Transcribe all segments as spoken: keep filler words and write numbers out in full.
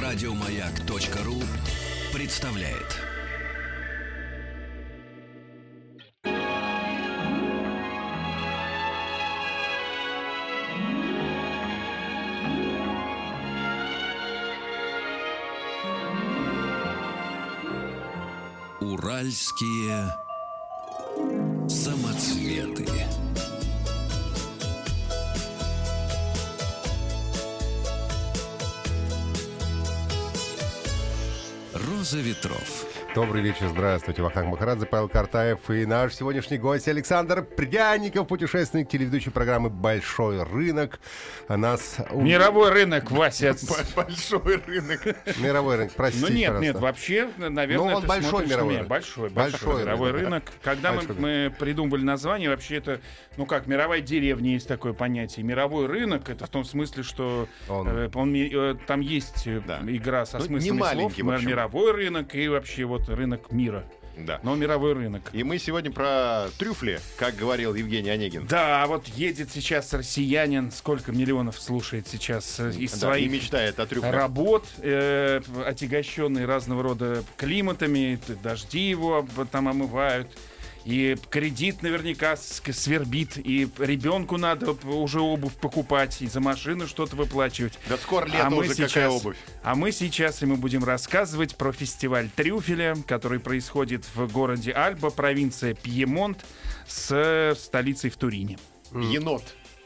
Радиомаяк.ру представляет. Уральские самоцветы. Роза ветров. Добрый вечер, здравствуйте. Вахтанг Махарадзе, Павел Картаев и наш сегодняшний гость Александр Пряников, путешественник, телеведущий программы «Большой рынок». А нас... Мировой рынок, Вася. Большой рынок. Мировой рынок, простите, Ну нет, пожалуйста. нет, вообще, наверное, Ну, он ты большой смотришь мировой на меня. рынок. Большой, Большой большой мировой рынок, рынок. Когда мы, Большой мы придумывали название, вообще это, ну как, мировая деревня, есть такое понятие. Мировой рынок, это в том смысле, что Он- э, он, э, там есть э, Да. игра со Ну, не смыслами слов. маленький, в общем. Мировой рынок и вообще вот рынок мира. Да. Но мировой рынок. И мы сегодня про трюфли, как говорил Евгений Онегин. Да, вот едет сейчас россиянин, сколько миллионов слушает сейчас э, из Да, своих и мечтает о трюфлях. работ, э, отягощенные разного рода климатами, т- дожди его об- там омывают, и кредит наверняка с- свербит, и ребенку надо п- уже обувь покупать, и за машину что-то выплачивать. Да скоро лето мы уже, какая обувь. А мы сейчас ему будем рассказывать про фестиваль трюфеля, который происходит в городе Альба, провинция Пьемонт, с столицей в Турине. Енот.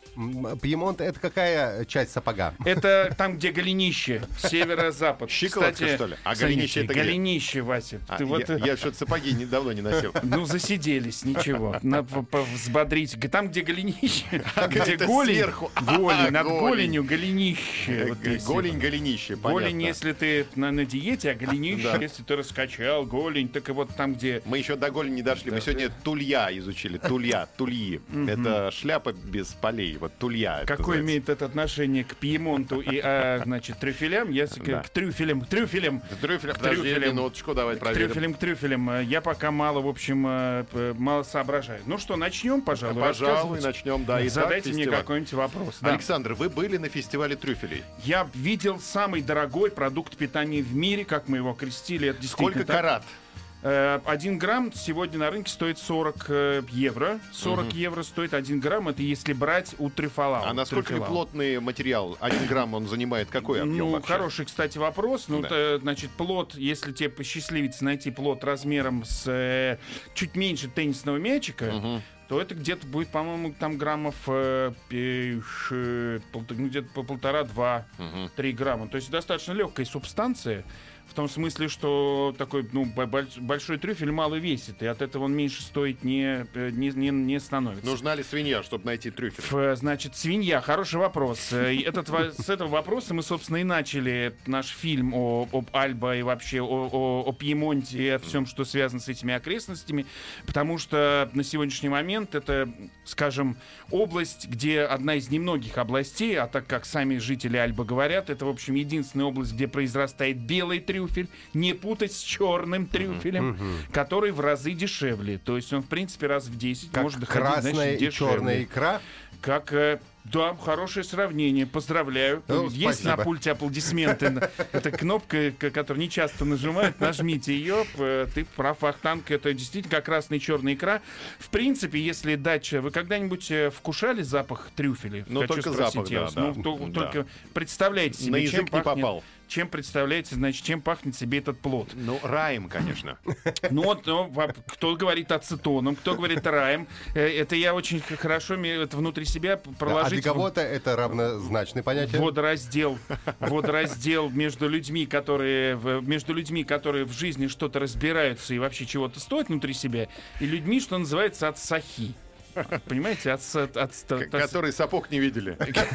М, Пьемонт — это какая часть сапога? Это там, где голенище, северо-запад. Щиколотка, Кстати, что ли? А Саня, голенище это где? голенище, Вася. А, Ты вот, я, э, я что-то сапоги недавно не носил. ну, засиделись, ничего. Надо по- взбодрить. Г- Там, где голенище, где это голень, сверху. голень, А, над голень. голенью голенище. Вот Э, есть Голень, его. голенище, Голень, понятно. если ты на, на диете, а голенище, Да. если ты раскачал голень, так и вот там, где... Мы еще до голени не дошли. Мы сегодня тулья изучили. Тулья, тульи. Это шляпа без полей. Вот тулья. это Какое называется. имеет это отношение к Пьемонту и, а, значит, трюфелям? Я с- к, Да. к трюфелям, к трюфелям. Трюфеля, К подожди трюфелям. минуточку, давай К проверим. трюфелям, к трюфелям. Э, Я пока мало, в общем, э, п- мало соображаю. Ну что, начнем, пожалуй, Пожалуй, рассказывать? начнем, да. Итак, Задайте мне фестиваль. какой-нибудь вопрос. Да. Александр, вы были на фестивале трюфелей? Я видел самый дорогой продукт питания в мире, как мы его крестили. Это действительно Сколько так. карат? Э, Один грамм сегодня на рынке стоит сорок э, евро. сорок евро стоит один грамм. Это если брать у трюфалау. А насколько ли трюфелау. плотный материал? Один грамм он занимает какой объем Ну, вообще? хороший, кстати, вопрос. Ну, Да. т- значит, плод, если тебе посчастливится найти плод размером с э, чуть меньше теннисного мячика, Мгм. то это где-то будет, по-моему, там граммов э, пи- ш- полт- ну, где-то по полтора-два, Мгм. три грамма. То есть достаточно легкая субстанция. В том смысле, что такой ну, бо- больш- большой трюфель мало весит, и от этого он меньше стоить не, э, не, не, не становится. Нужна ли свинья, чтобы найти трюфель? Ф- Значит, свинья. Хороший вопрос. Э, и Этот, во- с этого вопроса мы, собственно, и начали наш фильм о, об Альба и вообще о, о, о Пьемонте и о всем, что связано с этими окрестностями. Потому что на сегодняшний момент это, скажем, область, где одна из немногих областей, а так как сами жители Альба говорят, это, в общем, единственная область, где произрастает белый трюфель, не путать с черным трюфелем, который в разы дешевле. То есть он, в принципе, раз в десять Как может доходить, красная значит, и дешевле. черная икра? Как, э, да, хорошее сравнение, поздравляю. Ну, Есть спасибо. на пульте аплодисменты. Это кнопка, к- которую не часто нажимают, нажмите ее. П- Ты прав, Вахтанг, это действительно как красная и черная икра. В принципе, если дача... Вы когда-нибудь э, вкушали запах трюфеля? Ну, Хочу только спросить запах, я да, вас. да. Ну, то- Да. только представляете себе, На чем язык не пахнет... попал. Чем представляете, значит, чем пахнет себе этот плод? Ну, раем, конечно. Ну вот, ну, во- кто говорит ацетоном, кто говорит раем. Э, Это я очень х- хорошо ме- это внутри себя п- Да, а проложить для в- кого-то это равнозначное понятие. водораздел, водораздел между людьми, которые в- между людьми, которые в жизни что-то разбираются и вообще чего-то стоят внутри себя, и людьми, что называется, от сахи. Понимаете, от, от, от- К- от- Которые сапог не видели.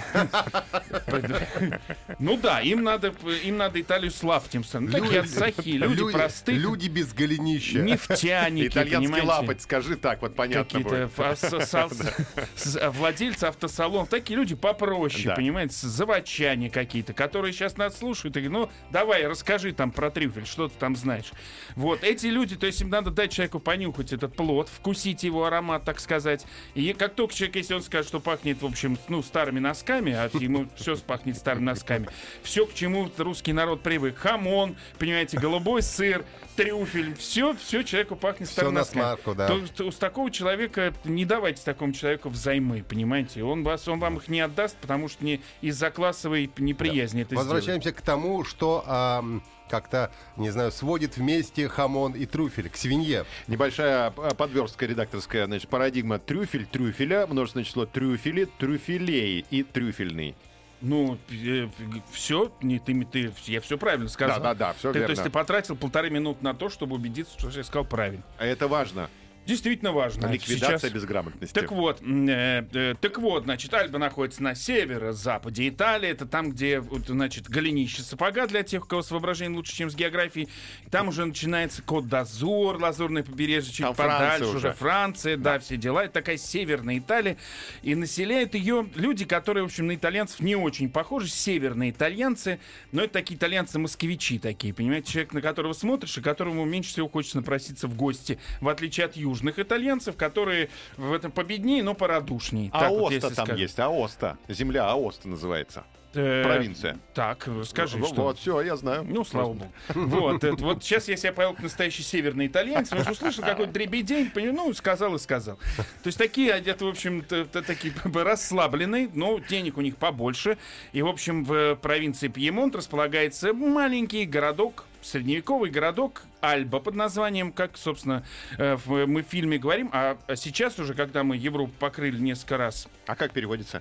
ну да, им надо, им надо Италию с лаптем. Ну, такие от сахи, люди простые, люди без голенища. нефтяники, Итальянский понимаете? лапоть, скажи так, вот понятно Какие-то будет. фа- с- с- с- владельцы автосалонов, такие люди попроще, Да. понимаете, заводчане какие-то, которые сейчас нас слушают и говорят, ну, давай, расскажи там про трюфель, что ты там знаешь. Вот, эти люди, то есть им надо дать человеку понюхать этот плод, вкусить его аромат, так сказать, И как только человек, если он скажет, что пахнет, в общем, ну, старыми носками, а ему все пахнет старыми носками, все, к чему русский народ привык, хамон, понимаете, голубой сыр, трюфель, все, все человеку пахнет старыми на носками. смарку, да. То, то, с такого человека не давайте такому человеку взаймы, понимаете? Он, вас, он вам их не отдаст, потому что не, из-за классовой неприязни Да. это Возвращаемся сделает. к тому, что а, как-то, не знаю, сводит вместе хамон и трюфель к свинье. Небольшая а, подверстка редакторская, значит, парадигма трюфель, трюфеля, множественное число трюфели, трюфелей и трюфельный. Ну, э, все, не, ты, ты, я все правильно сказал. Да-да-да, все Ты, верно. то есть ты потратил полторы минуты на то, чтобы убедиться, что я сказал правильно. А это важно. Действительно важно. Ликвидация Сейчас... безграмотности. Так вот, э, э, так вот, значит, Альба находится на северо-западе Италии. Это там, где, вот, значит, голенище сапога для тех, у кого с воображением лучше, чем с географией. Там уже начинается Кот-д'Азур, лазурное побережье, чуть Там подальше Франция уже уже. Франция, да. да, все дела. Это такая северная Италия. И населяют ее люди, которые, в общем, на итальянцев не очень похожи. Северные итальянцы. Но это такие итальянцы-москвичи такие, понимаете? Человек, на которого смотришь, и которому меньше всего хочется напроситься в гости. В отличие от южных итальянцев, которые в этом победнее, но порадушнее. Так вот, Аоста если там скажем. есть, Аоста. Земля Аоста называется. Э, Провинция. Так, скажи, В- что... Вот, все, я знаю. Ну, слава богу. Вот, это, вот сейчас я себя повел как настоящий северный итальянец, потому что услышал какой-то дребедень, понял, ну, сказал и сказал. То есть такие, это, в общем, такие расслабленные, но денег у них побольше. И, в общем, в провинции Пьемонт располагается маленький городок, средневековый городок Альба под названием, как, собственно, э, в- мы в фильме говорим, а а сейчас уже, когда мы Европу покрыли несколько раз, А как переводится?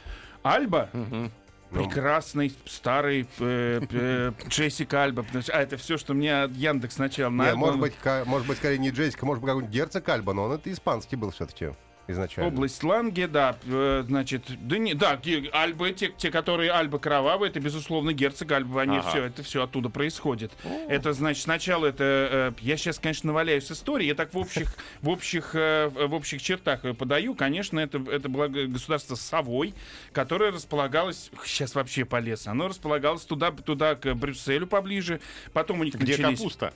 Альба, прекрасный, старый э, э, Джессика Альба. Потому что- А это все, что мне Яндекс сначала на Не, Альбу. может быть, ка- может быть, скорее не Джессика, может быть, какой-нибудь герцог Альба, но он это испанский был все-таки изначально. Область Ланге, да, э, значит, да, не, да, ге- Альбы, те, те, которые Альба кровавые, это, безусловно, герцог Альба, они Ага. все, это все оттуда происходит. Это, значит, сначала это, э, я сейчас, конечно, наваляюсь историей, я так в общих, в общих, э, в общих чертах ее подаю, конечно, это, это было г- государство Савой, которое располагалось, сейчас вообще полез, оно располагалось туда, туда к Брюсселю поближе, потом у них Где начались... капуста?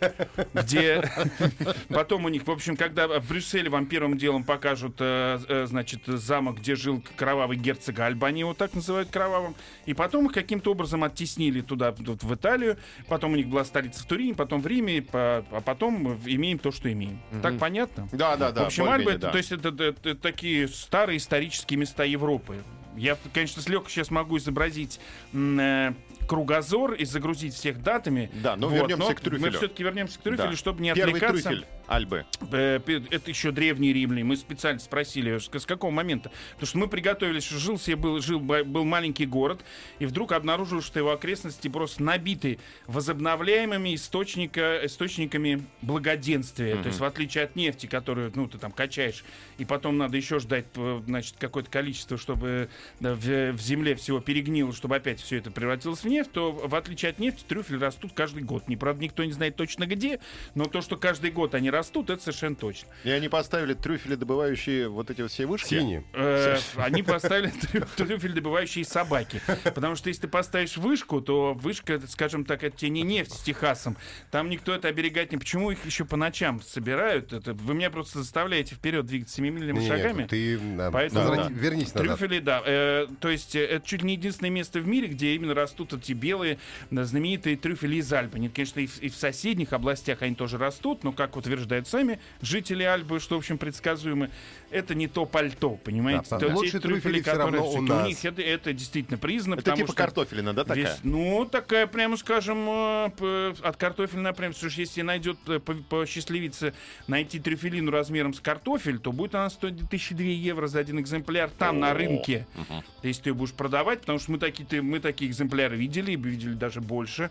где потом у них, в общем, когда в Брюсселе вам первым делом покажут, э, э, значит, замок, где жил кровавый герцог Альба, они его так называют кровавым, и потом их каким-то образом оттеснили туда, тут, в Италию, потом у них была столица в Турине, потом в Риме, по- а потом имеем то, что имеем. Так понятно? Да, да, да. В общем, более-менее, Альба, это, да. то есть это, это- это такие старые исторические места Европы. Я, конечно, с легкостью сейчас могу изобразить м, э, кругозор и загрузить всех датами. Да, но вернемся но к трюфелю. Мы все-таки вернемся к трюфелю, Да. чтобы не Первый отвлекаться. трюфель Альбы. Э, пе- Это еще древние римляне. Мы специально спросили, с с какого момента. Потому что мы приготовились, что жил себе был, жил, ба- был маленький город, и вдруг обнаружил, что его окрестности просто набиты возобновляемыми источника, источниками благоденствия. То есть, в отличие от нефти, которую ну, ты там качаешь, и потом надо еще ждать э, значит, какое-то количество, чтобы да, в, в земле всего перегнило, чтобы опять все это превратилось в нефть, то в отличие от нефти трюфели растут каждый год. Не, правда, никто не знает точно где, но то, что каждый год они растут, это совершенно точно. И они поставили трюфели, добывающие вот эти вот все вышки. Синий. Э, Они поставили трю- трюфель, добывающие собаки. Потому что если ты поставишь вышку, то вышка, это, скажем так, это тебе не нефть с Техасом. Там никто это оберегать не... Почему их еще по ночам собирают? Это... Вы меня просто заставляете вперед двигаться семимильными Не, шагами. нет, ты да, Поэтому- возврати- Да. вернись назад. Трюфели, да. Э, то есть э, это чуть ли не единственное место в мире, где именно растут эти белые да, знаменитые трюфели из Альпы. Нет, конечно, и в, и в соседних областях они тоже растут, но, как утверждают сами жители Альпы, что, в общем, предсказуемо, это не то пальто, понимаете? Да, То те лучшие трюфели всё равно у всё-таки нас. них это, это действительно признано, Это потому типа что... картофелина, да, такая? Весь- ну, такая, прямо скажем, э, п- от картофельная прям. Слушай, если найдет э, по- посчастливится найти трюфелину размером с картофель, то будет она стоить тысяча две евро за один экземпляр там, на рынке. Если ты ее будешь продавать, потому что мы такие, ты- мы такие экземпляры видели, и видели даже больше.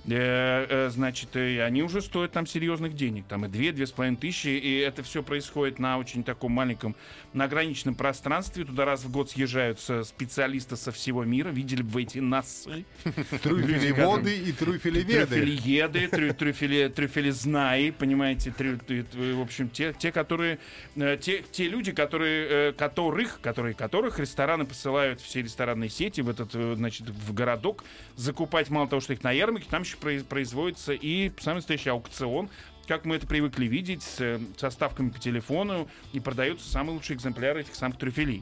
Э, э, значит, э, они уже стоят там серьезных денег. Там и две, две с половиной тысячи. И это все происходит на очень таком маленьком, на ограниченном пространстве. Туда раз в год съезжаются специалисты со всего мира. Видели бы вы эти носы. Трюфели воды и трюфели веды. Трюфелиеды, трю, трюфели, трюфели знаи, понимаете, трю, трю- трю- в общем, те, те, которые, э, те, те люди, которые, э, которых, которые, которых рестораны посылают, все ресторанные сети в этот, э, значит, в городок закупать, мало того, что их на ярмарке, там еще произ- производится и самый настоящий аукцион. как мы это привыкли видеть, с составками по телефону, и продаются самые лучшие экземпляры этих самых трюфелей.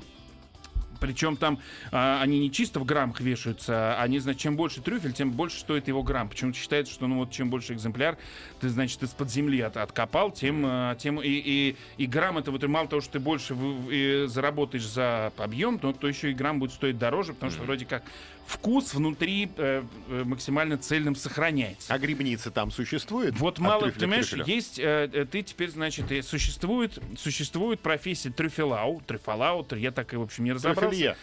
Причем там а, они не чисто в граммах вешаются, они, значит, чем больше трюфель, тем больше стоит его грамм. Почему-то считается, что ну вот чем больше экземпляр ты, значит, из-под земли от, откопал, тем, а, тем и, и, и грамм это вот, и мало того, что ты больше в, и заработаешь за объем, то, то еще и грамм будет стоить дороже, потому что вроде как вкус внутри э, максимально цельным сохраняется. А грибницы там существуют? Вот мало, ты понимаешь, есть, э, ты теперь, значит, и существует, существует профессия трюфелау, трюфалау, я так и, в общем, не разобрался. Трюфелье.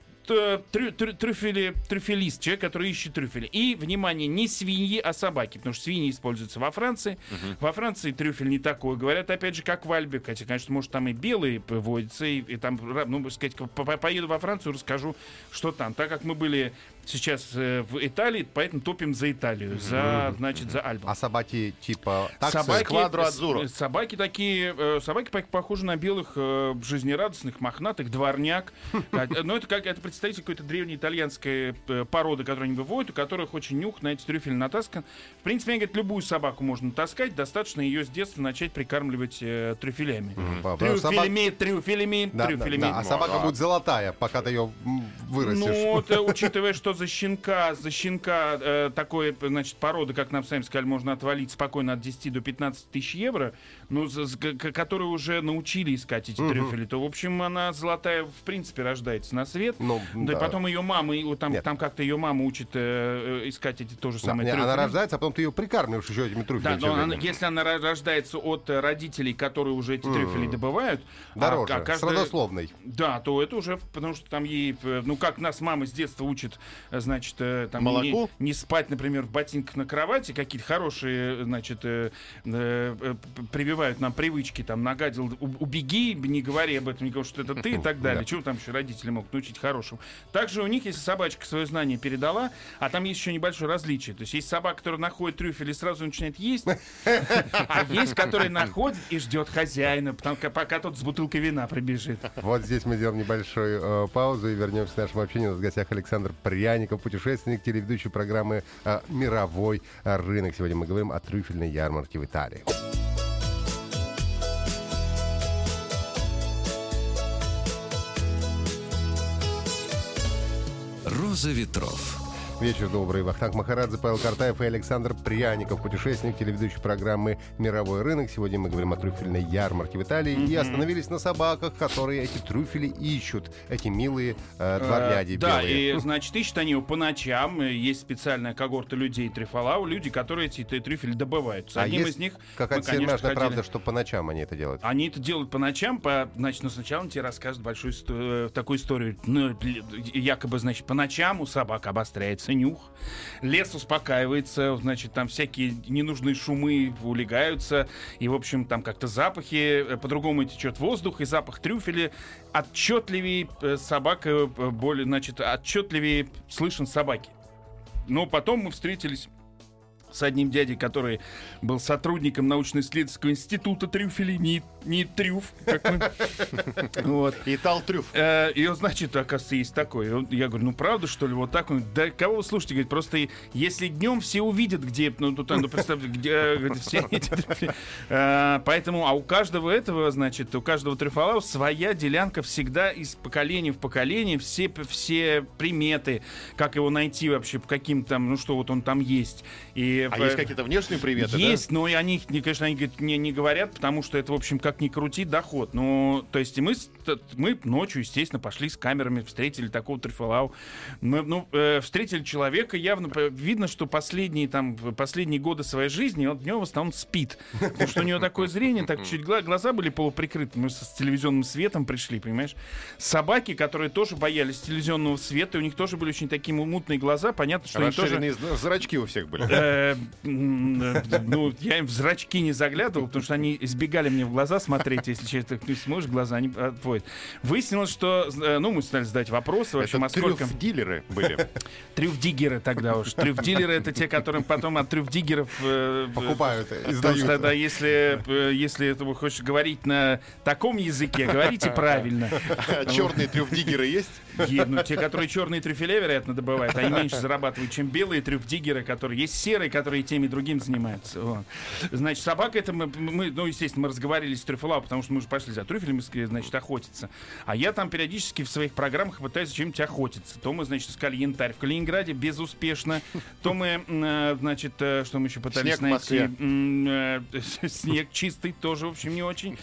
Трю, трю, трюфели, трюфелист, человек, который ищет трюфели. И, внимание, не свиньи, а собаки, потому что свиньи используются во Франции. Uh-huh. Во Франции трюфель не такой. Говорят, опять же, как в Альбе. Хотя, конечно, может, там и белые водятся, и, и там, ну, сказать, по- поеду во Францию, расскажу, что там. Так как мы были сейчас э, в Италии, поэтому топим за Италию, за, uh-huh. значит, за Альбу. А собаки типа таксы? Собаки, Квадро Адзуро. собаки такие, э, собаки похожи на белых, э, жизнерадостных, мохнатых, дворняк. Но это как это представитель какой-то древней итальянской э, породы, которую они выводят, у которых очень нюх на эти трюфели натаскан. В принципе, они говорят, любую собаку можно таскать, достаточно ее с детства начать прикармливать э, трюфелями. Mm-hmm. Трюфелями, трюфелями, Да, трюфелями. да, да. А собака будет золотая, пока ты ее вырастешь. Ну, вот, учитывая, что за щенка, за щенка э, такой, значит, породы, как нам сами сказали, можно отвалить спокойно от десяти до пятнадцати тысяч евро, ну, за, за, которые уже научили искать эти Мгм. трюфели, то, в общем, она золотая, в принципе, рождается на свет. Ну, Да, и да. потом ее мама, и вот там, Нет. там как-то ее мама учит э, э, искать эти тоже Да, самые не, трюфели. она рождается, а потом ты ее прикармливаешь еще этими Да, трюфелями. но всё она- время. если она ро- рождается от э, родителей, которые уже эти М. трюфели добывают, а- Дороже, а с каждая- родословной. да, то это уже, потому что там ей, э, ну как нас мама с детства учит, э, значит, э, там не, Молоку? не спать, например, в ботинках на кровати, какие-то хорошие, э, значит, э, э, э, п- прививают нам привычки, там, нагадил, у- убеги, не говори об этом, не говори, что это ты и так далее. Да. Чего там еще родители могут научить хорошему? Также у них, если собачка свое знание передала, а там есть еще небольшое различие. То есть есть собака, которая находит трюфель и сразу начинает есть, а есть, которая находит и ждет хозяина, потому как пока тот с бутылкой вина прибежит. Вот здесь мы делаем небольшую э, паузу и вернемся к нашему общению. У нас в гостях Александр Пряников, путешественник, телеведущий программы э, «Мировой рынок». Сегодня мы говорим о трюфельной ярмарке в Италии. «Роза ветров». Вечер добрый. Вахтанг Махарадзе, Павел Картаев и Александр Пряников, путешественник, телеведущий программы «Мировой рынок». Сегодня мы говорим о трюфельной ярмарке в Италии и остановились на собаках, которые эти трюфели ищут. Эти милые э, дворняги Э, Да, белые. и, значит, ищут они его по ночам. Есть специальная когорта людей трюфалау, люди, которые эти т- трюфели добывают. С А одним есть из них какая-то мы, конечно, сермяжная ходили. правда, что по ночам они это делают? Они это делают по ночам, по, значит, ну сначала он тебе расскажет большую исто- э, такую историю. Ну, л- якобы, значит, по ночам у собак обостряется нюх, лес успокаивается, значит, там всякие ненужные шумы улегаются, и, в общем, там как-то запахи, э, по-другому течет воздух, и запах трюфеля отчетливее э, собака, э, более, значит, отчетливее слышен собаки. Но потом мы встретились с одним дядей, который был сотрудником научно-исследовательского института трюфелей, не, не трюф, как мы. Вот. Итал трюф. Э, И он, значит, оказывается, есть такой. И он- Я говорю, ну правда, что ли, вот так? Он говорит, да кого вы слушаете? Говорит, просто и- если днем все увидят, где, ну, тут, ну, представьте, где, э, говорит, все эти трюфели. Э, Поэтому, а у каждого этого, значит, у каждого трюфалау своя делянка всегда из поколения в поколение, все, все приметы, как его найти вообще, по каким там, ну что вот он там есть. И А в- есть какие-то внешние приметы, есть, но и они, не, конечно, они говорят, не, не говорят, потому что это, в общем, как ни крути, доход. Ну, то есть и мы, с- т- мы ночью, естественно, пошли с камерами, встретили такого трюфалау. Мы, ну, э, встретили человека, явно по- видно, что последние, там, последние годы своей жизни он днем в основном спит. Потому что у него такое зрение, так чуть гла- глаза были полуприкрыты. Мы с, с телевизионным светом пришли, понимаешь? Собаки, которые тоже боялись телевизионного света, у них тоже были очень такие мутные глаза. Понятно, что они тоже... Расширенные з- зрачки у всех были. Э, м, э, Ну, я им в зрачки не заглядывал, потому что они избегали мне в глаза смотреть. Если честно, ты смотришь, глаза они отводят. Выяснилось, что, э, ну, мы стали задать вопросы, в общем, а Это сколько... трюф-дилеры были. Трюфдиггеры тогда уж. Трюфдилеры — это те, которым потом от трюфдиггеров... э, э, Покупают, Потому издают. что тогда, если, э, если это вы хочешь говорить на таком языке, говорите правильно. А черные трюфдиггеры есть? Е- ну, те, которые черные трюфеля, вероятно, добывают, они меньше зарабатывают, чем белые трюфдиггеры, которые есть серые, которые и тем, и другим занимаются. Вот. Значит, собака это мы, мы, ну, естественно, мы разговаривали с Трюфелау, потому что мы уже пошли за трюфелями, значит, охотиться. А я там периодически в своих программах пытаюсь чем-нибудь охотиться. То мы, значит, искали янтарь в Калининграде безуспешно, то мы, значит, что мы еще пытались найти. Снег чистый тоже, в общем, не очень.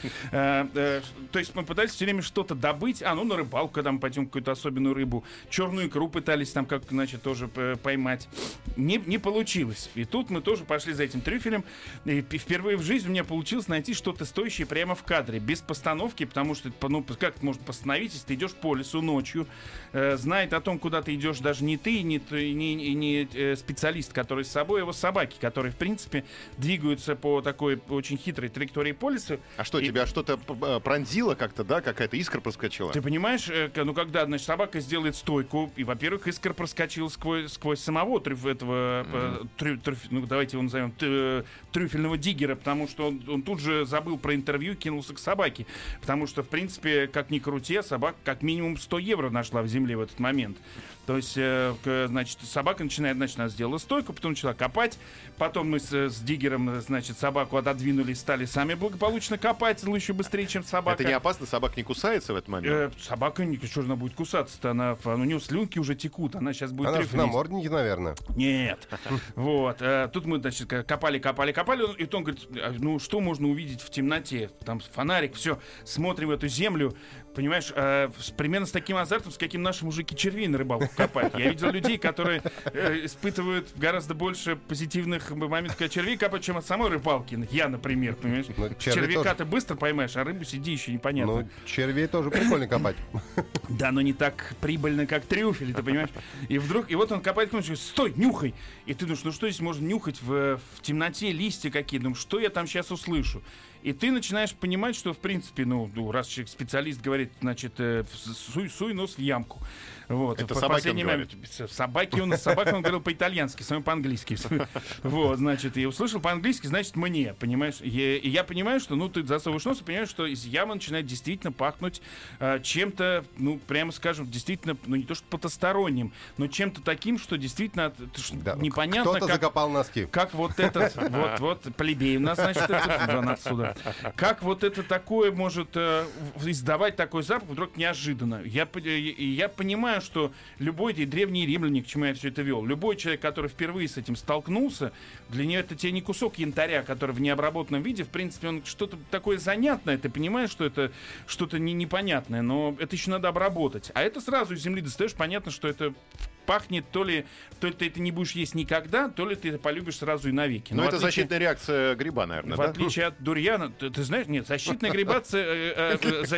То есть мы пытались все время что-то добыть. А, ну, на рыбалку, когда мы пойдем какую-то особенную рыбу. Черную икру пытались там как, значит, тоже поймать. Не, не получилось. И тут мы тоже пошли за этим трюфелем. И впервые в жизни у меня получилось найти что-то стоящее прямо в кадре, без постановки, потому что, ну, как это может постановить, если ты идешь по лесу ночью, э, знает о том, куда ты идешь даже не ты, не, не, не, не э, специалист, который с собой, его собаки, которые, в принципе, двигаются по такой очень хитрой траектории по лесу. А что, и... тебя что-то пронзило как-то, да? Какая-то искра проскочила? Ты понимаешь, э, ну, когда, значит, собака сделает стойку, и, во-первых, искра проскочила сквозь, сквозь самого трюф, этого, mm-hmm. трю, трюф, ну, давайте его назовем, трюфельного диггера, потому что он, он тут же забыл про интервью, кинулся к собаке. Потому что, в принципе, как ни крути, собака как минимум сто евро нашла в земле в этот момент. То есть, э, значит, собака начинает, значит, она сделала стойку, потом начала копать. Потом мы с, с диггером, значит, собаку отодвинули, стали сами благополучно копать, еще быстрее, чем собака. Это не опасно? Собака не кусается в этот момент? Э, собака, что она будет кусаться-то? Она, у нее слюнки уже текут, она сейчас будет трюфелить. Она в наморднике, наверное. Нет. Вот. Тут мы, значит, копали, копали, копали, и он говорит, ну, что можно увидеть в темноте? Там фонарик, все. Смотрим в эту землю. Понимаешь, э, примерно с таким азартом, с каким наши мужики червей на рыбалку копают. Я видел людей, которые э, испытывают гораздо больше позитивных моментов, когда червей копают, чем от самой рыбалки. Я, например, понимаешь? Червяка ты быстро поймаешь, а рыбу сиди еще непонятно. Ну, червей тоже прикольно копать. Да, но не так прибыльно, как трюфель, ты понимаешь? И вдруг, и вот он копает, он говорит, стой, нюхай! И ты думаешь, ну что здесь можно нюхать в, в темноте, листья какие? Думаешь, что я там сейчас услышу? И ты начинаешь понимать, что, в принципе, ну, раз человек специалист говорит, значит, э, суй, суй нос в ямку. Вот. Это в собаки он время... говорит. Собаки он, собаки он говорил по-итальянски, сам по-английски. Вот, значит, я услышал по-английски, значит, мне, понимаешь? И, и я понимаю, что, ну, ты засовываешь нос и понимаешь, что из ямы начинает действительно пахнуть э, чем-то, ну, прямо скажем, действительно, ну, не то что потусторонним, но чем-то таким, что действительно да, непонятно, кто-то как... закопал носки. Как вот этот, вот, вот, плебей у нас, значит, это, отсюда. Как вот это такое может э, издавать такой запах вдруг неожиданно? Я, я понимаю, что любой и древний римляне, к чему я все это вел, любой человек, который впервые с этим столкнулся, для него это тебе не кусок янтаря, который в необработанном виде, в принципе, он что-то такое занятное, ты понимаешь, что это что-то не, непонятное, но это еще надо обработать. А это сразу из земли достаешь, понятно, что это пахнет, то ли, то ли ты это не будешь есть никогда, то ли ты это полюбишь сразу и навеки. Но, Но это отличие... защитная реакция гриба, наверное, В да? отличие от дурьяна, ты, ты знаешь, нет, защитная грибация,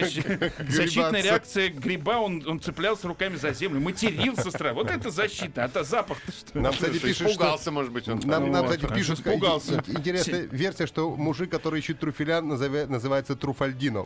защитная реакция гриба, он, он цеплялся руками за землю, матерился сразу. Вот это защита, это запах. Нам, кстати, пишут, испугался, может быть, он. Нам, нам кстати, пишут, испугался. Интересная версия, что мужик, который ищет трюфеля, называется Труфальдино.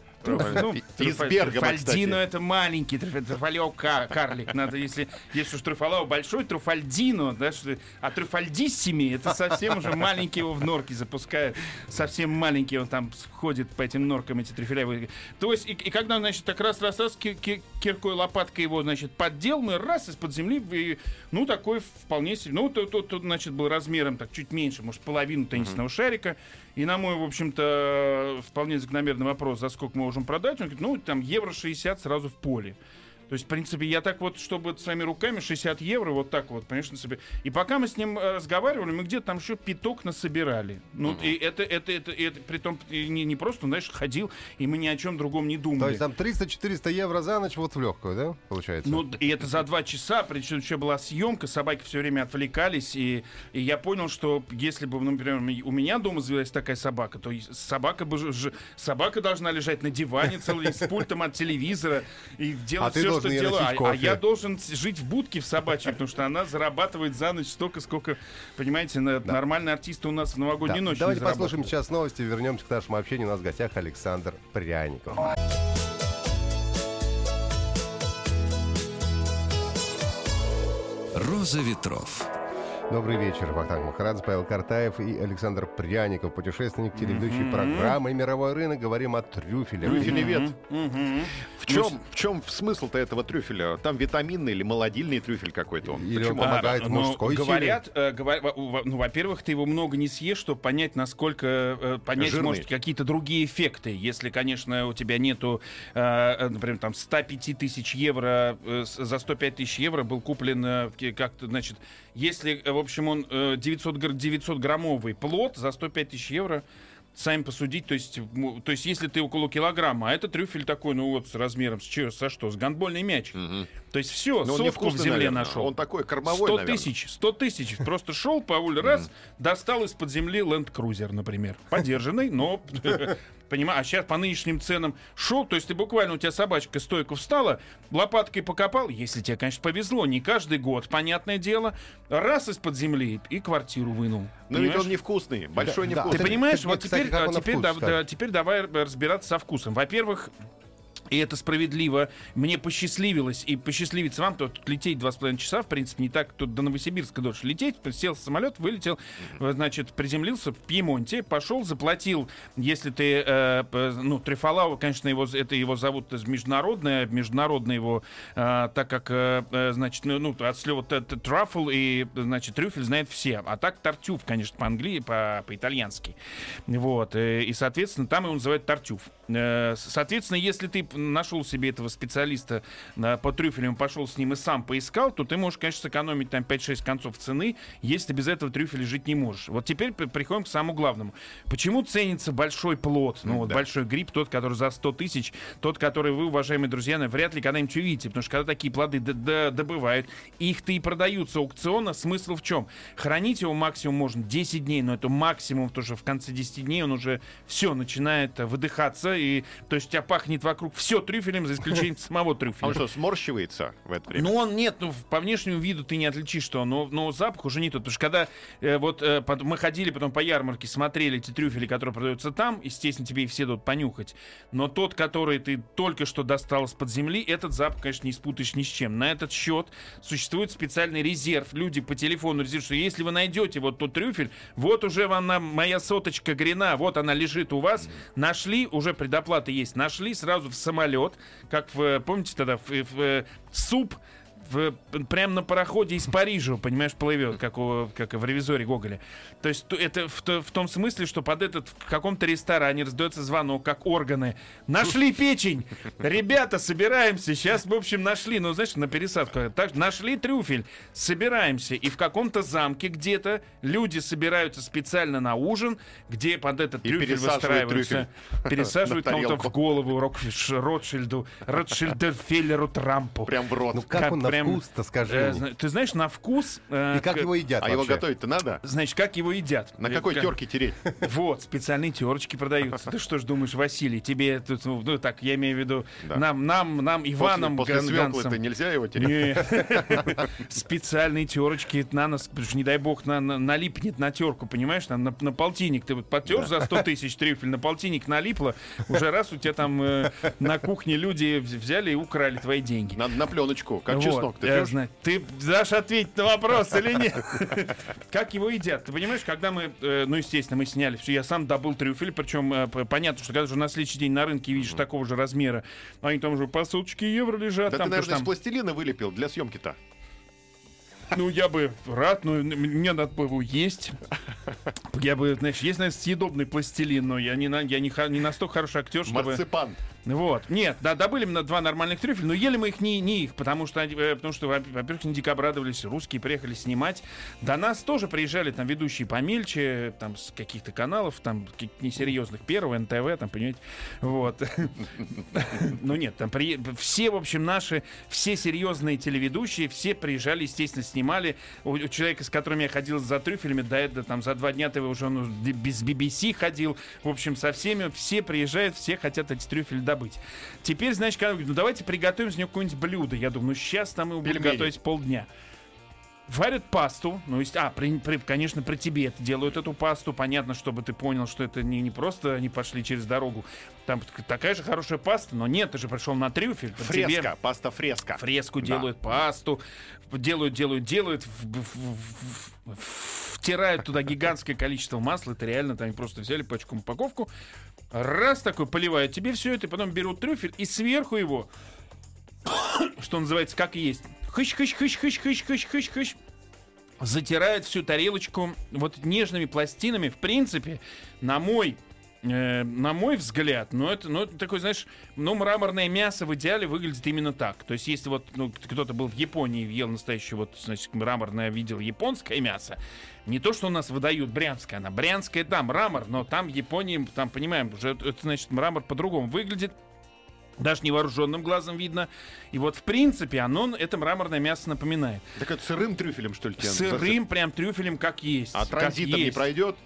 Из Бергама, кстати. Труфальдино — это маленький, Труфалео карлик. Надо, если если уж Труфалео большой, Труфальдино, да, что, а Труфальдиссими — это совсем уже маленький, его в норки запускают, совсем маленький, он там ходит по этим норкам, эти трюфеля. То есть, и, и когда, значит, так раз-раз-раз киркой, лопаткой его, значит, поддел, мы раз из-под земли, и, ну, такой вполне себе, ну, тот, тот, тот, значит, был размером так чуть меньше, может, половину теннисного mm-hmm. шарика, и на мой, в общем-то, вполне закономерный вопрос, за сколько мы можем продать, он говорит, ну, там, евро шестьдесят сразу в поле. То есть, в принципе, я так вот, чтобы своими руками шестьдесят евро, вот так вот, конечно, себе. И пока мы с ним разговаривали, мы где-то там еще пяток насобирали. Ну, uh-huh. и это, это, это, это, притом, не, не просто, знаешь, ходил, и мы ни о чем другом не думали. То есть там триста-четыреста евро за ночь вот в легкую, да, получается? Ну, и это за два часа, причем еще была съемка, собаки все время отвлекались, и, и я понял, что если бы, например, у меня дома завелась такая собака, то собака, бы, ж, собака должна лежать на диване целый с пультом от телевизора и делать а все, что дела. А, а я должен жить в будке в собачьей, потому что она зарабатывает за ночь столько, сколько, понимаете, на, да. нормальные артисты у нас в новогоднюю да. ночь. Давайте послушаем сейчас новости, вернемся к нашему общению. У нас в гостях Александр Пряников. Роза ветров. Добрый вечер. Вахтанг Махарадзе, Павел Картаев и Александр Пряников, путешественник, телеведущий mm-hmm. программы «Мировой рынок». Говорим о трюфеле. Трюфелевед. Mm-hmm. Mm-hmm. В чем, в чем смысл-то этого трюфеля? Там витаминный или молодильный трюфель какой-то он? Или Почему? он помогает а, мужской ну, говорят, силе? э, говор... ну, во-первых, ты его много не съешь, чтобы понять, насколько э, понять, Жирный. может, какие-то другие эффекты. Если, конечно, у тебя нету, э, например, там сто пять тысяч евро, э, за сто пять тысяч евро был куплен э, как-то, значит, если, в общем, он э, девятьсот граммовый плод за сто пять тысяч евро, сами посудить, то есть, то есть если ты около килограмма, а это трюфель такой, ну вот с размером, с чего, со что, с гандбольный мяч. Угу. То есть все, Но сотку в земле наверное. нашел. Он такой кормовой, сто наверное. тысяч, сто тысяч. Просто шел по улице, раз, достал из-под земли Land Cruiser, например. Подержанный, но... Понимаешь, а сейчас по нынешним ценам шел, то есть ты буквально, у тебя собачка стойко встала, лопаткой покопал, если тебе, конечно, повезло, не каждый год, понятное дело, раз из-под земли и квартиру вынул. Но ведь он невкусный, большой Да, невкусный. Ты понимаешь, Ты, вот кстати, теперь, как он на теперь, вкус, да, кстати? да, теперь давай разбираться со вкусом. Во-первых, и это справедливо. Мне посчастливилось, и посчастливится вам, то тут лететь два с половиной часа, в принципе, не так, тут до Новосибирска дольше лететь. Сел в самолет, вылетел, значит, приземлился в Пьемонте, пошел, заплатил, если ты, э, ну, Трифалау, конечно, его, это его зовут международное, международное его, э, так как, э, значит, ну, от слова трафл и, значит, трюфель знает все. А так тартюф, конечно, по-английски, по- по-итальянски. Вот, и, соответственно, там его называют тартюф. Соответственно, если ты нашел себе этого специалиста э, по трюфелям, пошел с ним и сам поискал, то ты можешь, конечно, сэкономить там пять-шесть концов цены, если без этого трюфеля жить не можешь. Вот теперь при- приходим к самому главному. Почему ценится большой плод, ну вот Да. большой гриб, тот, который за сто тысяч, тот, который вы, уважаемые друзья, вряд ли когда-нибудь увидите, потому что когда такие плоды д- д- добывают, их-то и продаются аукционно. Смысл в чем? Хранить его максимум можно десять дней, но это максимум, потому что в конце десяти дней он уже все начинает выдыхаться, и то есть у тебя пахнет вокруг все трюфелем, за исключением самого А трюфеля. он что, сморщивается в это время? Ну, он нет, ну, по внешнему виду ты не отличишь, что, но, но запах уже не тот. Потому что когда э, вот э, под- мы ходили потом по ярмарке, смотрели эти трюфели, которые продаются там, естественно, тебе их все дадут понюхать. Но тот, который ты только что достал из-под земли, этот запах, конечно, не спутаешь ни с чем. На этот счет существует специальный резерв. Люди по телефону резервируют, что если вы найдете вот тот трюфель, вот уже вам на- моя соточка грина, вот она лежит у вас, нашли, уже предоплата есть, нашли сразу в самолет, как в, помните тогда, в, в, суп в, прямо на пароходе из Парижа, понимаешь, плывет, как, у, как в «Ревизоре» Гоголя. То есть то- это в, то- в том смысле, что под этот в каком-то ресторане раздается звонок, как органы. Нашли печень! Ребята, собираемся. Сейчас, в общем, нашли, ну, знаешь, на пересадку. Так, нашли трюфель. Собираемся. И в каком-то замке где-то люди собираются специально на ужин, где под этот И трюфель пересаживают выстраиваются. Пересаживают на кому-то тарелку. в голову Рокфиш- Ротшильду, Ротшильдерфеллеру Трампу. Прям в рот. Ну как, Как он на прям, вкус-то, скажи Э, мне? зна- ты знаешь, на вкус... э, И как к- его едят А его вообще? готовить-то надо? Значит, как его едят? На Э, какой как- терке тереть? Вот, специальные терочки продаются. Ты что ж думаешь, Василий, тебе тут, ну, ну, так, я имею в виду, Да. нам, нам, нам, Иваном После, после Ган- свеклы-то Гансом. нельзя его тереть? Не. Специальные терочки на нас, потому что, не дай бог, на, на- налипнет на терку, понимаешь, там на, на полтинник. Ты вот потер за сто тысяч трюфель, на полтинник налипло, уже раз у тебя там э, на кухне люди вз- взяли и украли твои деньги. Надо на пленочку, как Вот, чеснок. Ты я трёшь? знаю. Ты дашь ответить на вопрос или нет? Как его едят? Ты понимаешь, когда мы, э, ну, естественно, мы сняли все, я сам добыл трюфель, причем э, п- понятно, что когда уже на следующий день на рынке видишь такого же размера, они там уже по соточке евро лежат. Да там, ты, наверное, потому из что пластилина вылепил для съемки-то. там, ну, я бы рад, но н- мне надо бы его есть. Я бы, знаешь, есть, наверное, съедобный пластилин, но я не, на- я не, ха- не настолько хороший актер, чтобы... Марципан. Вот. Нет, да, добыли мы на два нормальных трюфеля, но ели мы их не, не их, потому что, э, потому что, во- во-первых, они дико обрадовались, русские приехали снимать. До нас тоже приезжали там ведущие помельче, там с каких-то каналов, там каких-то несерьезных, Первого, эн тэ вэ, там, понимаете. Вот. Ну нет, там при- все, в общем, наши, все серьезные телеведущие, все приезжали, естественно, снимали. У, у человека, с которым я ходил за трюфелями, до этого там за два дня ты уже ну, без би би си ходил. В общем, со всеми, все приезжают, все хотят эти трюфели добыть. Теперь, значит, когда, ну давайте приготовим из него какое-нибудь блюдо. Я думаю, ну сейчас там мы будем Пельмени. готовить полдня. Варят пасту, ну, есть, а, при, при, конечно, при тебе это делают, эту пасту. Понятно, чтобы ты понял, что это не, не просто они пошли через дорогу. Там такая же хорошая паста, но нет, ты же пришел на трюфель. Фреска, тебе паста фреска. Фреску Да. делают, пасту, делают, делают, делают, в, в, в, в, втирают туда гигантское количество масла. Это реально, там просто взяли пачку упаковку, раз такой поливают тебе все это, и потом берут трюфель и сверху его, что называется, как есть. Хыщ-хыщ-хыщ-хыщ-хыщ-хыщ-хыщ. Затирает всю тарелочку вот нежными пластинами. В принципе, на мой, э, на мой взгляд, ну это, ну это такое, знаешь, ну мраморное мясо в идеале выглядит именно так. То есть, если вот ну, кто-то был в Японии и ел настоящее вот, значит, мраморное, видел японское мясо, не то, что у нас выдают брянское, она брянская, да, мрамор, но там в Японии, там, понимаем, уже это, значит, мрамор по-другому выглядит. Даже невооруженным глазом видно. И вот, в принципе, оно, это мраморное мясо напоминает. Так это сырым трюфелем, что ли? Тебе Сырым засып- прям трюфелем, как есть. А как транзитом не есть. пройдет?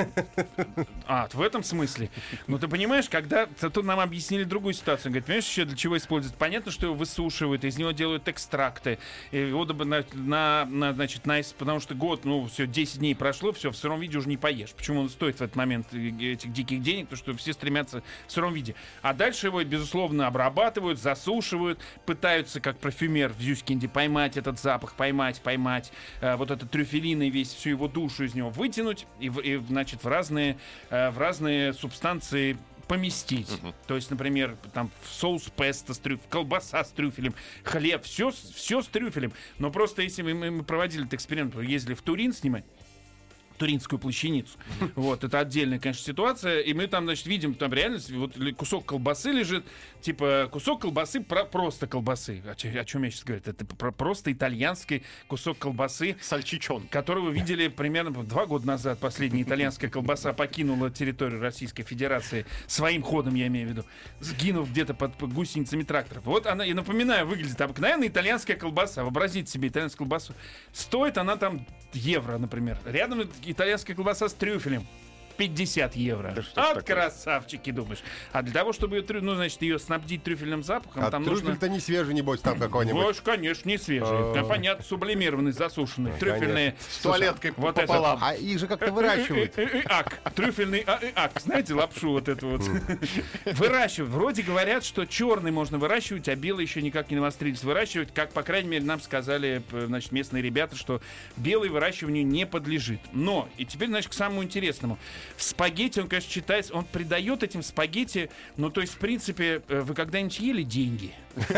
А, в этом смысле. Ну, ты понимаешь, когда... Тут нам объяснили другую ситуацию. Говорит, понимаешь, еще для чего используют? Понятно, что его высушивают, из него делают экстракты. И его на, на, на, значит, на, потому что год, ну, все, десять дней прошло, все, в сыром виде уже не поешь. Почему он стоит в этот момент этих диких денег? Потому что все стремятся в сыром виде. А дальше его, безусловно, обрабатывают, засушивают, пытаются, как парфюмер в Зюскинде, поймать этот запах, поймать, поймать э, вот этот трюфелиный весь, всю его душу из него вытянуть и, в- и значит, в разные, э, в разные субстанции поместить. Uh-huh. То есть, например, там в соус песто с трюфелем, колбаса с трюфелем, хлеб, все, все с трюфелем. Но просто если мы, мы проводили этот эксперимент, ездили в Турин снимать, туринскую плащаницу. Вот, это отдельная, конечно, ситуация. И мы там, значит, видим, там реально вот кусок колбасы лежит, типа кусок колбасы, про- просто колбасы. О, чё- о чем я сейчас говорю? Это про- просто итальянский кусок колбасы, Сальчичон. который вы видели примерно два года назад. Последняя итальянская колбаса покинула территорию Российской Федерации своим ходом, я имею в виду, сгинув где-то под гусеницами тракторов. Вот она, и напоминаю, выглядит обыкновенная итальянская колбаса. Вообразите себе итальянскую колбасу. Стоит она там евро, например. Рядом итальянская колбаса с трюфелем. пятьдесят евро. Да что ж От такое? красавчики, думаешь. А для того, чтобы ее, трю- ну, значит, ее снабдить трюфельным запахом, А там нужно... трюфель-то не свежий, небось, там какой-нибудь. Вож, конечно, не свежий. А. Да, понятно, сублимированный, засушенный. Трюфельные... С туалеткой Вот пополам. А их же как-то выращивают. Э, э, э, ак. Трюфельный а, э, ак. Знаете, лапшу вот эту вот. Выращивают. Вроде говорят, что черный можно выращивать, а белый еще никак не навострились выращивать. Как, по крайней мере, нам сказали, п- значит, местные ребята, что белый выращиванию не подлежит. Но, и теперь, значит, к самому интересному. В спагетти он, конечно, читается, он придает этим спагетти, ну, то есть, в принципе, э, вы когда-нибудь ели деньги?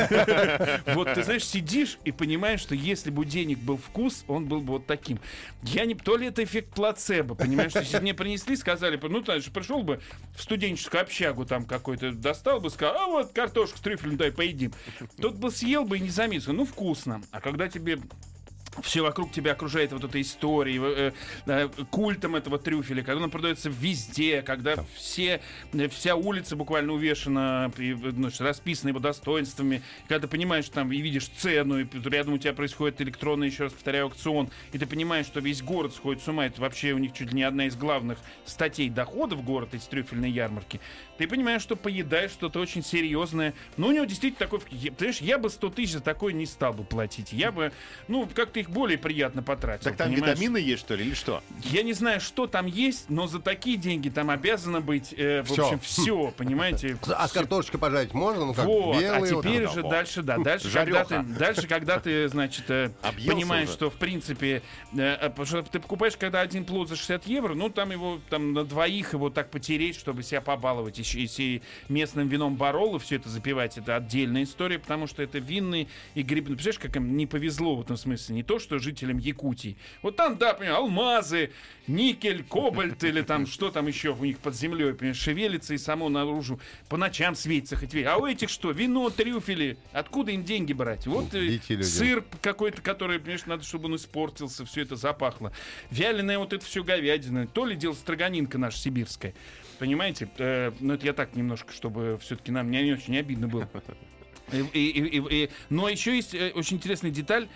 Вот, ты знаешь, сидишь и понимаешь, что если бы у денег был вкус, он был бы вот таким. Я не... То ли это эффект плацебо, понимаешь? Если мне принесли, сказали, ну, ты же пришел бы в студенческую общагу там какой-то, достал бы, сказал, а вот картошку с трюфелем, дай поедим. Тот бы съел бы и не заметил. Ну, вкусно. А когда тебе... все вокруг тебя окружает вот эта история, э, э, культом этого трюфеля, когда он продается везде, когда все, э, вся улица буквально увешана, и, ну, расписана его достоинствами, когда ты понимаешь, что там и видишь цену, и рядом у тебя происходит электронный, еще раз повторяю, аукцион, и ты понимаешь, что весь город сходит с ума, это вообще у них чуть ли не одна из главных статей доходов города, эти трюфельные ярмарки, ты понимаешь, что поедаешь что-то очень серьезное, но у него действительно такой, я, понимаешь, я бы сто тысяч за такое не стал бы платить, я бы, ну, как-то их более приятно потратил. Так там понимаешь? витамины есть, что ли, или что? Я не знаю, что там есть, но за такие деньги там обязано быть, э, в Всё. общем, все, понимаете? А с картошечкой пожарить можно? Ну как, Вот, а белый, вот теперь там. уже вот. дальше, да, дальше, когда ты, Жарёха. дальше, когда ты, значит, э, Объелся понимаешь, уже. что, в принципе, э, э, потому что ты покупаешь, когда один плод за шестьдесят евро, ну, там его, там, на двоих его так потереть, чтобы себя побаловать, еще и местным вином Бароло все это запивать, это отдельная история, потому что это винные и грибные. Представляешь, как им не повезло в этом смысле, не то, что жителям Якутии. Вот там, да, понимаешь, алмазы, никель, кобальт или там, что там еще у них под землей, понимаешь, шевелится и само наружу по ночам светится хоть весь. А у этих что? Вино, трюфели. Откуда им деньги брать? Вот э, Дикие люди. сыр какой-то, который, понимаешь, надо, чтобы он испортился, все это запахло. Вяленая вот это все говядина. То ли дело строганинка наша сибирская. Понимаете? Э, ну, это я так немножко, чтобы все-таки нам не, не очень обидно было. И, и- и- и- и- но еще есть э, очень интересная деталь.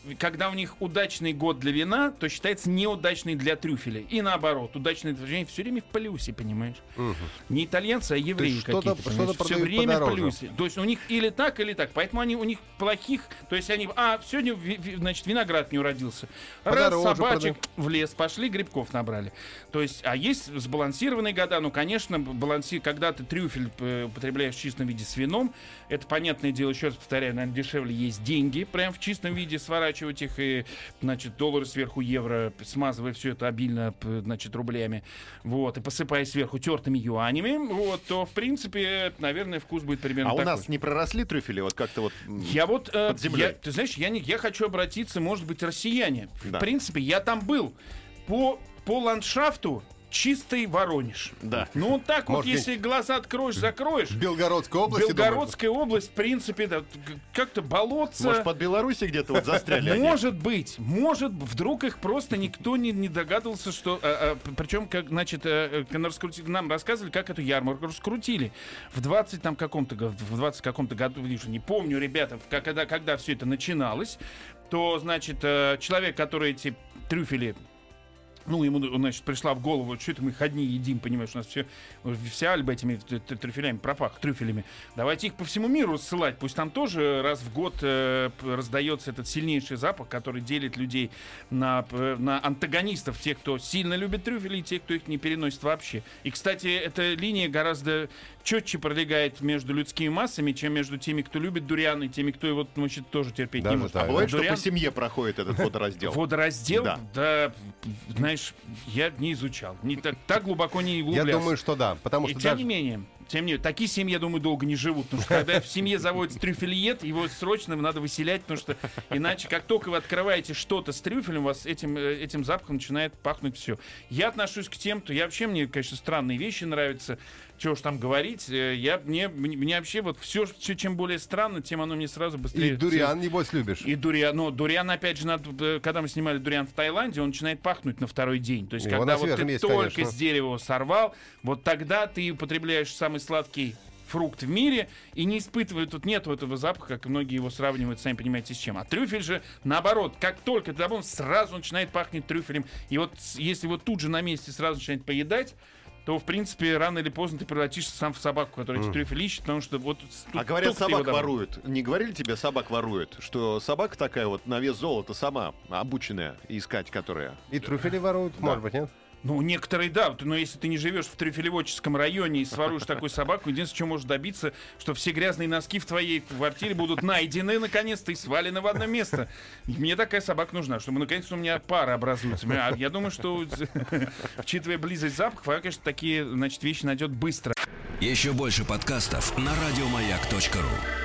когда у них удачный год для вина, то считается неудачный для трюфеля. И наоборот, удачный для вина все время в плюсе, понимаешь? Угу. Не итальянцы, а евреи какие-то. Что-то все время в плюсе. То есть у них или так, или так. Поэтому они у них плохих. То есть они, а, сегодня, значит, виноград не уродился. Раз, собачек в лес пошли, грибков набрали. То есть, а есть сбалансированные года. Ну, конечно, баланси... когда ты трюфель употребляешь в чистом виде с вином, это, понятное дело, еще раз повторяю, наверное, дешевле есть деньги, прям в чистом виде сворачивать их, и, значит, доллары сверху, евро, смазывая все это обильно, значит, рублями, вот, и посыпая сверху тертыми юанями, вот, то, в принципе, наверное, вкус будет примерно а такой. А у нас не проросли трюфели вот как-то вот я вот, э, под землей? Я, ты знаешь, я, не, я хочу обратиться, может быть, россияне. Да. В принципе, я там был. По, по ландшафту чистый Воронеж. Да. Ну, так вот, может, если глаза откроешь, закроешь. Белгородская область. Белгородская область, в принципе, да, как-то болотца. Может, под Белоруссией где-то вот застряли? Может быть, может, вдруг их просто никто не, не догадывался, что... А, а, причем, как, значит, а, нам рассказывали, как эту ярмарку раскрутили. В двадцать там каком-то, в двадцать каком-то году, не помню, ребята, когда, когда все это начиналось, то, значит, человек, который эти трюфели... Ну, ему, значит, пришла в голову, что это мы их одни едим, понимаешь, у нас все, вся Альба этими трюфелями пропах, трюфелями. Давайте их по всему миру ссылать, пусть там тоже раз в год э, раздается этот сильнейший запах, который делит людей на, на антагонистов, тех, кто сильно любит трюфели, и тех, кто их не переносит вообще. И, кстати, эта линия гораздо четче пролегает между людскими массами, чем между теми, кто любит дуриан, и теми, кто его, значит, тоже терпеть Даже не может. так. А бывает, дуриан... что по семье проходит этот водораздел? Водораздел? Да. Да, знаешь, я не изучал. Не так, так глубоко не углублялся. Я думаю, что да. Потому И что тем даже... не менее, тем не менее, такие семьи, я думаю, долго не живут. Потому что когда в семье заводится трюфельет, его срочно надо выселять, потому что иначе, как только вы открываете что-то с трюфелем, у вас этим, этим запахом начинает пахнуть все. Я отношусь к тем, то я вообще, мне, конечно, странные вещи нравятся. Чего уж там говорить, я, мне, мне вообще вот все, все, чем более странно, тем оно мне сразу быстрее... И дуриан, небось, любишь. И дуриан, но дуриан, опять же, надо, когда мы снимали дуриан в Таиланде, он начинает пахнуть на второй день. То есть, Его когда на вот ты есть, только конечно. с дерева его сорвал, вот тогда ты употребляешь самый сладкий фрукт в мире и не испытывает, тут нет этого запаха, как многие его сравнивают, сами понимаете, с чем. А трюфель же, наоборот, как только ты добавил, сразу начинает пахнуть трюфелем. И вот если вот тут же на месте сразу начинает поедать, то, в принципе, рано или поздно ты превратишься сам в собаку, которая mm. эти трюфели ищет, потому что вот... А говорят, собак воруют. Не говорили тебе, собак воруют? Что собака такая вот на вес золота сама, обученная, искать которая... И трюфели воруют, Да. может быть, нет? Ну, некоторые, да. Но если ты не живешь в трюфелеводческом районе и своруешь такую собаку, единственное, что можешь добиться, что все грязные носки в твоей квартире будут найдены, наконец-то, и свалены в одно место. Мне такая собака нужна, чтобы, наконец-то, у меня пара образуется. Я думаю, что, учитывая близость запахов, она, конечно, такие, значит, вещи найдет быстро. Еще больше подкастов на радиомаяк точка ру.